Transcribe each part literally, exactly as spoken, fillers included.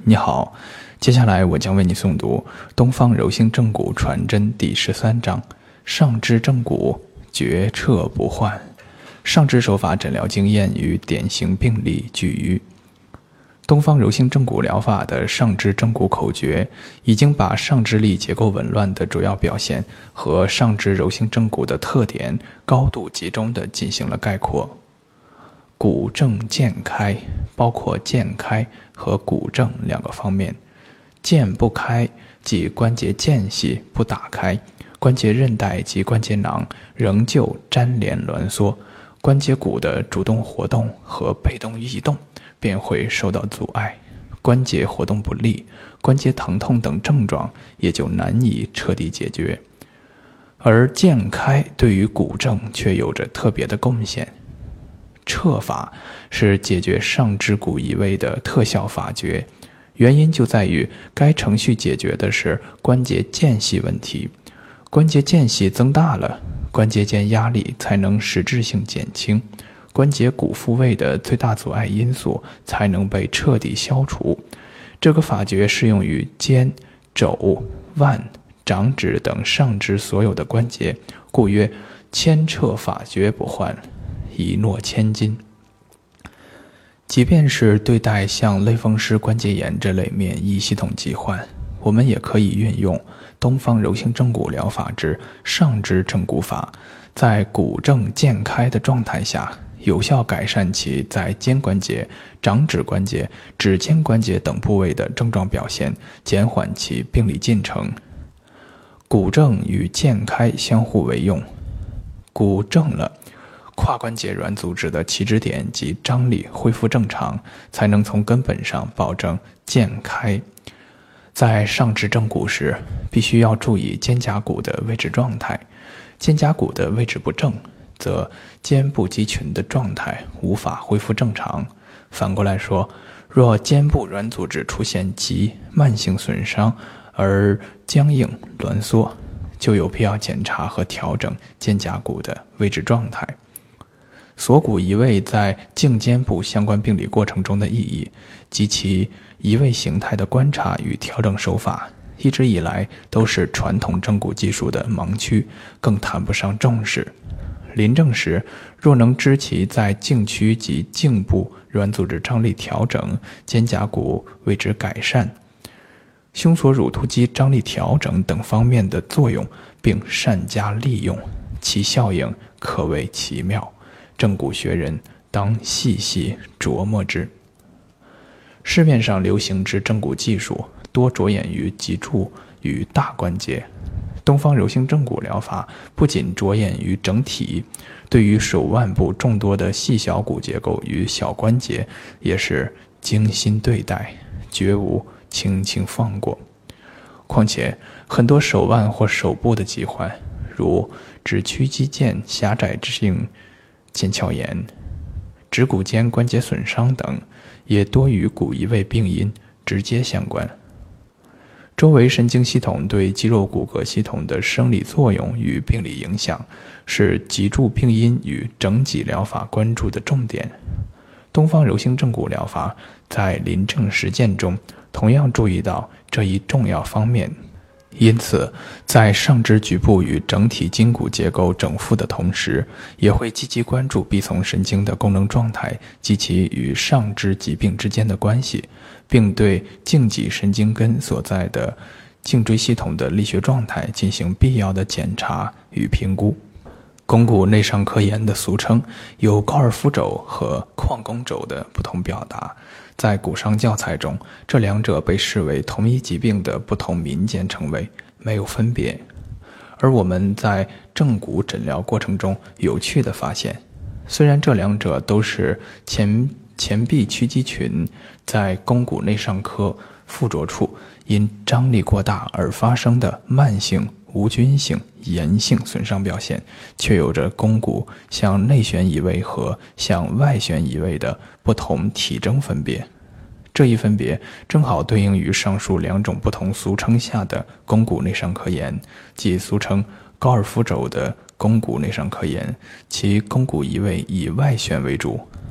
你好，接下来我将为你诵读《东方柔性正骨传真》第十三章：上肢正骨，绝彻不患。上肢手法诊疗经验与典型病例举于东方柔性正骨疗法的上肢正骨口诀，已经把上肢力结构紊乱的主要表现和上肢柔性正骨的特点高度集中地进行了概括。骨正渐开包括渐开和骨正两个方面。渐不开即关节间隙不打开，关节韧带及关节囊仍旧粘连挛缩，关节骨的主动活动和被动移动便会受到阻碍，关节活动不利，关节疼痛等症状也就难以彻底解决。而渐开对于骨正却有着特别的贡献。彻法是解决上肢骨移位的特效法诀，原因就在于该程序解决的是关节间隙问题，关节间隙增大了，关节间压力才能实质性减轻，关节骨复位的最大阻碍因素才能被彻底消除。这个法诀适用于肩、肘、腕、掌指等上肢所有的关节，故曰千彻法诀不患，一诺千金。即便是对待像类风湿关节炎这类免疫系统疾患，我们也可以运用东方柔性正骨疗法之上肢正骨法，在骨正渐开的状态下，有效改善其在肩关节、掌指关节、指尖关节等部位的症状表现，减缓其病理进程。骨正与渐开相互为用，骨正了，胯关节软组织的起止点及张力恢复正常，才能从根本上保证渐开。在上肢正骨时，必须要注意肩胛骨的位置状态，肩胛骨的位置不正，则肩部肌群的状态无法恢复正常。反过来说，若肩部软组织出现急慢性损伤而僵硬挛缩，就有必要检查和调整肩胛骨的位置状态。锁骨移位在颈肩部相关病理过程中的意义及其移位形态的观察与调整手法，一直以来都是传统正骨技术的盲区，更谈不上重视。临证时，若能知其在颈区及颈部软组织张力调整、肩胛骨位置改善、胸锁乳突肌张力调整等方面的作用，并善加利用，其效应可谓奇妙。正骨学人当细细琢磨之。市面上流行之正骨技术多着眼于脊柱与大关节，东方柔性正骨疗法不仅着眼于整体，对于手腕部众多的细小骨结构与小关节也是精心对待，绝无轻轻放过。况且很多手腕或手部的疾患，如指屈肌腱狭窄性腱鞘炎、指骨间关节损伤等，也多与骨移位病因直接相关。周围神经系统对肌肉骨骼系统的生理作用与病理影响，是脊柱病因与整脊疗法关注的重点。东方柔性正骨疗法在临证实践中同样注意到这一重要方面，因此在上肢局部与整体筋骨结构整复的同时，也会积极关注臂丛神经的功能状态及其与上肢疾病之间的关系，并对颈脊神经根所在的颈椎系统的力学状态进行必要的检查与评估。肱骨内上髁炎的俗称有高尔夫肘和矿工肘的不同表达，在骨伤教材中，这两者被视为同一疾病的不同民间称谓，没有分别。而我们在正骨诊疗过程中有趣地发现，虽然这两者都是前前臂屈肌群在肱骨内上髁附着处因张力过大而发生的慢性、无菌性、炎性损伤表现，却有着肱骨向内旋移位和向外旋移位的不同体征分别。这一分别正好对应于上述两种不同俗称下的肱骨内上髁炎，即俗称高尔夫肘的肱骨内上髁炎，其肱骨移位以外旋为主，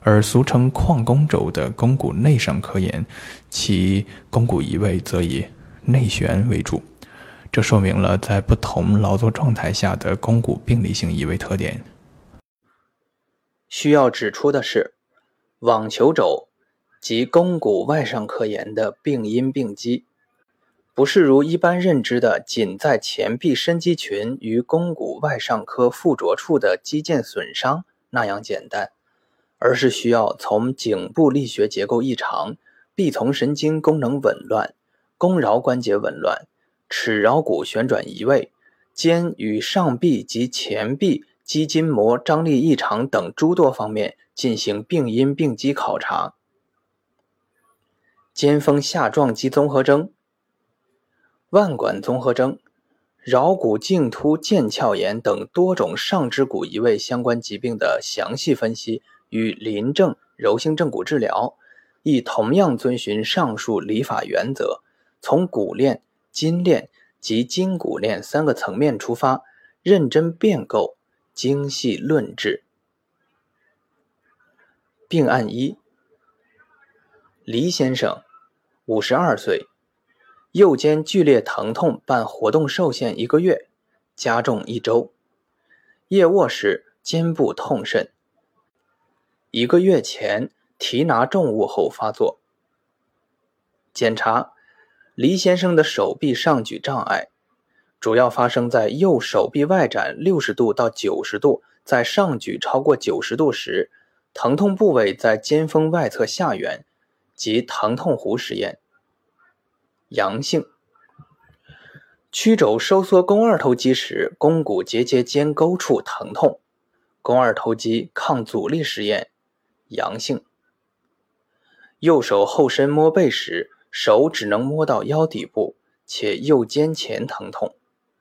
而俗称矿肱肘的肱骨内上科炎，其肱骨移位则以内旋为主。这说明了在不同劳作状态下的肱骨病理性移位特点。 需要指出的是，网球肘及肱骨外上科炎的病因病机，不是如一般认知的仅在前臂深肌群与肱骨外上科附着处的肌腱损伤那样简单，而是需要从颈部力学结构异常、臂丛神经功能紊乱、肱桡关节紊乱、尺桡骨旋转移位、肩与上臂及前臂肌筋膜张力异常等诸多方面进行病因病机考察。肩峰下状肌综合征、腕管综合征、桡骨茎突腱鞘炎等多种上肢骨移位相关疾病的详细分析与临证柔性正骨治疗，亦同样遵循上述理法原则，从骨链、筋链及筋骨链三个层面出发，认真辩构，精细论治。病案一：黎先生，五十二岁，右肩剧烈疼痛伴活动受限一个月，加重一周。夜卧时肩部痛甚，一个月前提拿重物后发作。检查，黎先生的手臂上举障碍，主要发生在右手臂外展六十度到九十度，在上举超过九十度时，疼痛部位在肩峰外侧下缘及疼痛弧实验。阳性。曲肘收缩肱二头肌时，肱骨结节间沟处疼痛，肱二头肌抗阻力实验。阳性。右手后伸摸背时，手只能摸到腰底部，且右肩前疼痛。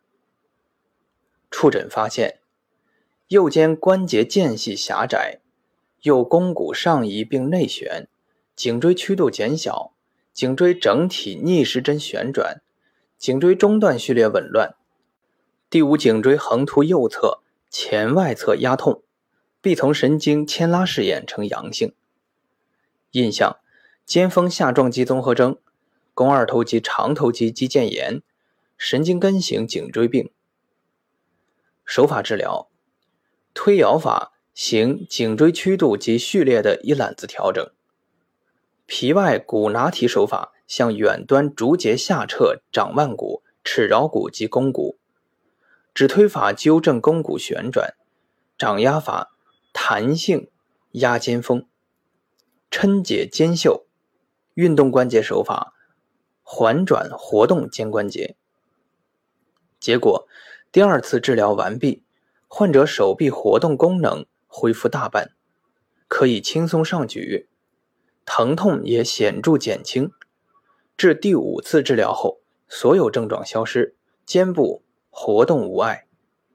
触诊发现，右肩关节间隙狭窄，右肱骨上移并内旋，颈椎曲度减小，颈椎整体逆时针旋转，颈椎中段序列紊乱，第五颈椎横突右侧前外侧压痛，臂丛神经牵拉试验呈阳性。印象：肩峰下状肌综合征、肱二头肌长头肌肌腱炎、神经根型颈椎病。手法治疗：推摇法行颈椎曲度及序列的一揽子调整。皮外骨拿提手法向远端逐节下撤掌腕骨、尺桡骨及肱骨。指推法纠正肱骨旋转。掌压法弹性压肩峰。抻解肩袖。运动关节手法缓转活动肩关节。结果，第二次治疗完毕，患者手臂活动功能恢复大半，可以轻松上举，疼痛也显著减轻。至第五次治疗后，所有症状消失，肩部活动无碍。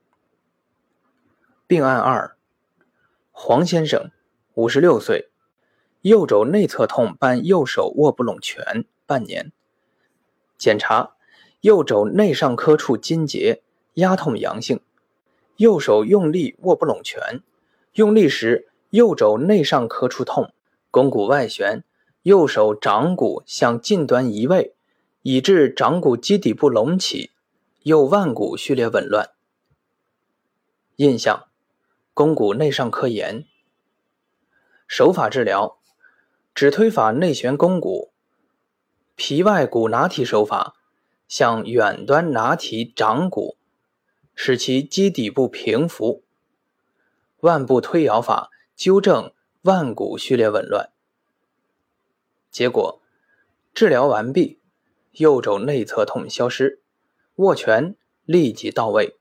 病案二：黄先生，五十六岁，右肘内侧痛伴右手握不拢拳半年。检查，右肘内上髁处筋结，压痛阳性。右手用力握不拢拳，用力时右肘内上髁处痛，肱骨外旋，右手掌骨向近端移位，以致掌骨基底部隆起，右腕骨序列紊乱。印象：肱骨内上髁炎。手法治疗：指推法内旋肱骨，皮外骨拿提手法向远端拿提掌骨，使其基底部平伏。腕部推摇法纠正腕骨序列紊乱。结果，治疗完毕，右肘内侧痛消失，握拳立即到位。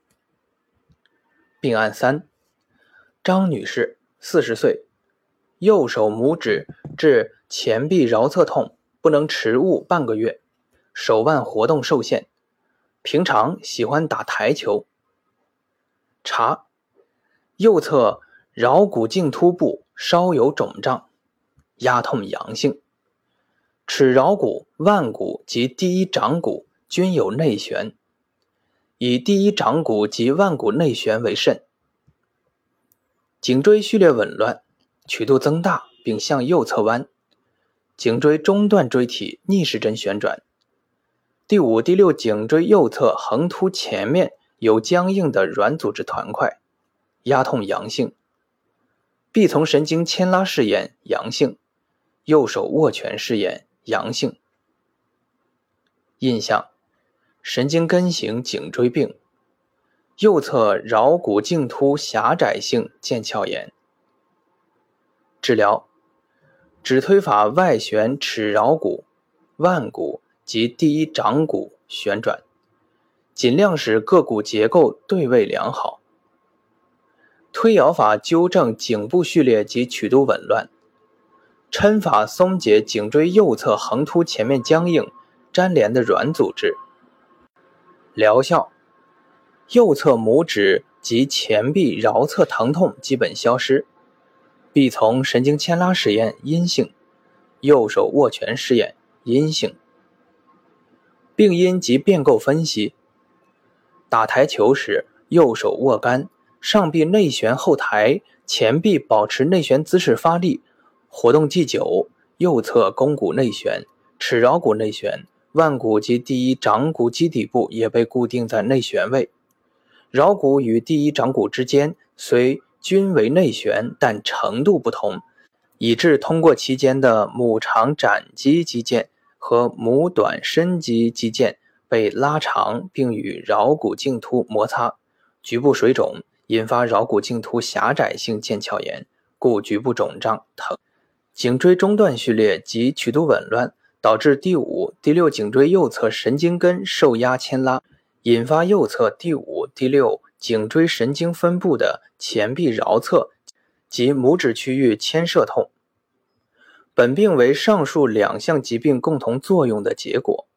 病案三：张女士，四十岁，右手拇指至前臂桡侧痛，不能持物半个月，手腕活动受限，平常喜欢打台球。查，右侧桡骨茎突部稍有肿胀，压痛阳性。尺桡骨、腕骨及第一掌骨均有内旋，以第一掌骨及腕骨内旋为甚。颈椎序列紊乱， 曲度增大并向右侧弯，颈椎中段椎体逆时针旋转。第五、第六颈椎右侧横突前面有僵硬的软组织团块，压痛阳性。臂丛神经牵拉试验阳性，右手握拳试验阳性。印象：神经根型颈椎病，右侧桡骨茎突狭窄性腱鞘炎。治疗：指推法外旋尺桡骨、腕骨及第一掌骨旋转，尽量使各骨结构对位良好。推摇法纠正颈部序列及曲度紊乱，抻法松解颈椎右侧横突前面僵硬粘连的软组织。疗效：右侧拇指及前臂桡侧疼痛基本消失，臂丛神经牵拉试验阴性，右手握拳试验阴性。病因及变构分析：打台球时右手握杆，上臂内旋后抬，前臂保持内旋姿势发力，活动既久，右侧肱骨内旋、尺桡骨内旋，腕骨及第一掌骨基底部也被固定在内旋位。桡骨与第一掌骨之间虽均为内旋，但程度不同，以致通过其间的母长展肌肌腱和母短伸肌肌腱被拉长，并与桡骨茎突摩擦，局部水肿，引发桡骨茎突狭窄性腱鞘炎，故局部肿胀疼。颈椎中段序列及曲度紊乱导致第五、第六颈椎右侧神经根受压牵拉，引发右侧第五、第六颈椎神经分布的前臂桡侧及拇指区域牵涉痛。本病为上述两项疾病共同作用的结果。